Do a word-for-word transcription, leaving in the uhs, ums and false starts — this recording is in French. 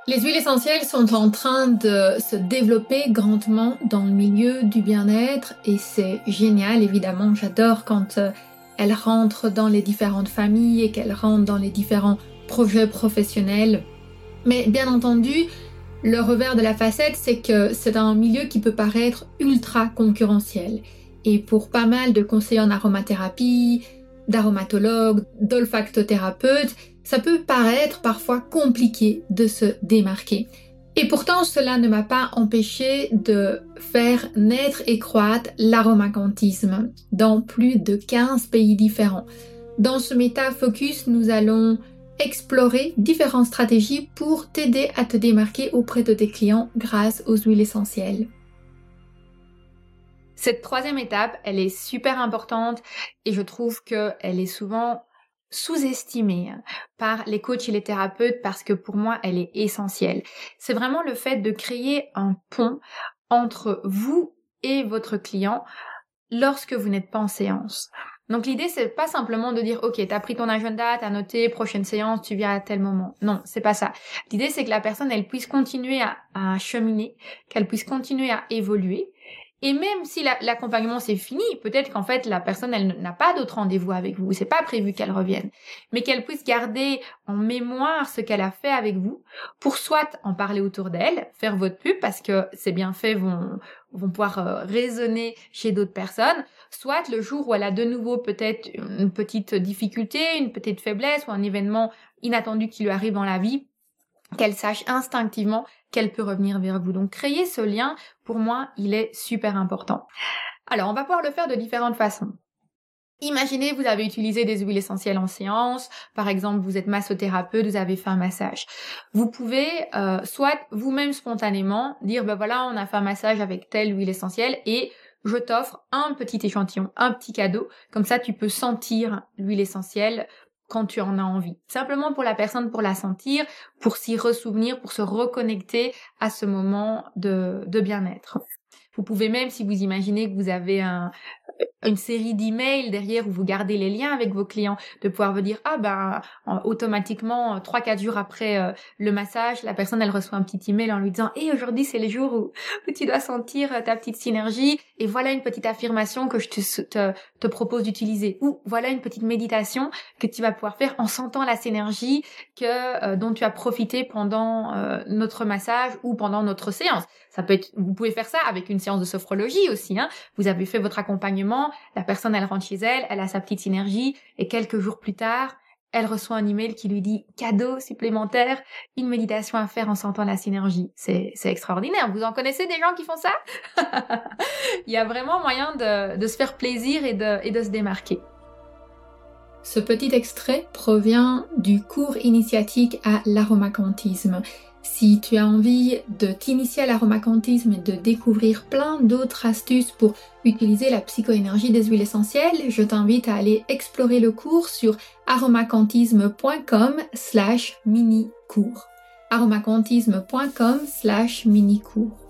Les huiles essentielles sont en train de se développer grandement dans le milieu du bien-être et c'est génial, évidemment. J'adore quand euh, elles rentrent dans les différentes familles et qu'elles rentrent dans les différents projets professionnels. Mais bien entendu, le revers de la facette, c'est que c'est un milieu qui peut paraître ultra concurrentiel. Et pour pas mal de conseillers en aromathérapie, d'aromatologues, d'olfactothérapeutes, ça peut paraître parfois compliqué de se démarquer. Et pourtant, cela ne m'a pas empêché de faire naître et croître l'aromacantisme dans plus de quinze pays différents. Dans ce méta-focus, nous allons explorer différentes stratégies pour t'aider à te démarquer auprès de tes clients grâce aux huiles essentielles. Cette troisième étape, elle est super importante et je trouve qu'elle est souvent sous-estimée par les coachs et les thérapeutes parce que pour moi, elle est essentielle. C'est vraiment le fait de créer un pont entre vous et votre client lorsque vous n'êtes pas en séance. Donc l'idée, c'est pas simplement de dire « Ok, t'as pris ton agenda, t'as noté, prochaine séance, tu viens à tel moment. » Non, c'est pas ça. L'idée, c'est que la personne, elle puisse continuer à, à cheminer, qu'elle puisse continuer à évoluer. Et même si la, l'accompagnement c'est fini, peut-être qu'en fait la personne elle n'a pas d'autre rendez-vous avec vous, c'est pas prévu qu'elle revienne, mais qu'elle puisse garder en mémoire ce qu'elle a fait avec vous pour soit en parler autour d'elle, faire votre pub parce que ces bienfaits vont vont pouvoir euh, résonner chez d'autres personnes, soit le jour où elle a de nouveau peut-être une petite difficulté, une petite faiblesse ou un événement inattendu qui lui arrive dans la vie, qu'elle sache instinctivement qu'elle peut revenir vers vous. Donc créer ce lien, pour moi, il est super important. Alors, on va pouvoir le faire de différentes façons. Imaginez, vous avez utilisé des huiles essentielles en séance, par exemple, vous êtes massothérapeute, vous avez fait un massage. Vous pouvez euh, soit vous-même spontanément dire, ben voilà, on a fait un massage avec telle huile essentielle et je t'offre un petit échantillon, un petit cadeau, comme ça tu peux sentir l'huile essentielle quand tu en as envie. Simplement pour la personne, pour la sentir, pour s'y ressouvenir, pour se reconnecter à ce moment de, de bien-être. Vous pouvez même, si vous imaginez que vous avez un, une série d'emails derrière où vous gardez les liens avec vos clients, de pouvoir vous dire, ah ben, automatiquement, trois quatre jours après euh, le massage, la personne, elle reçoit un petit email en lui disant, et hey, aujourd'hui, c'est le jour où, où tu dois sentir ta petite synergie, et voilà une petite affirmation que je te, te, te propose d'utiliser, ou voilà une petite méditation que tu vas pouvoir faire en sentant la synergie que, euh, dont tu as profité pendant euh, notre massage ou pendant notre séance. Ça peut être, vous pouvez faire ça avec une séance de sophrologie aussi, hein. Vous avez fait votre accompagnement, la personne, elle rentre chez elle, elle a sa petite synergie, et quelques jours plus tard, elle reçoit un email qui lui dit cadeau supplémentaire, une méditation à faire en sentant la synergie. C'est, c'est extraordinaire. Vous en connaissez des gens qui font ça? Il y a vraiment moyen de, de se faire plaisir et de, et de se démarquer. Ce petit extrait provient du cours initiatique à l'aromacantisme. Si tu as envie de t'initier à l'aromacantisme et de découvrir plein d'autres astuces pour utiliser la psychoénergie des huiles essentielles, je t'invite à aller explorer le cours sur aromacantisme.com slash mini-cours. aromacantisme.com slash mini-cours.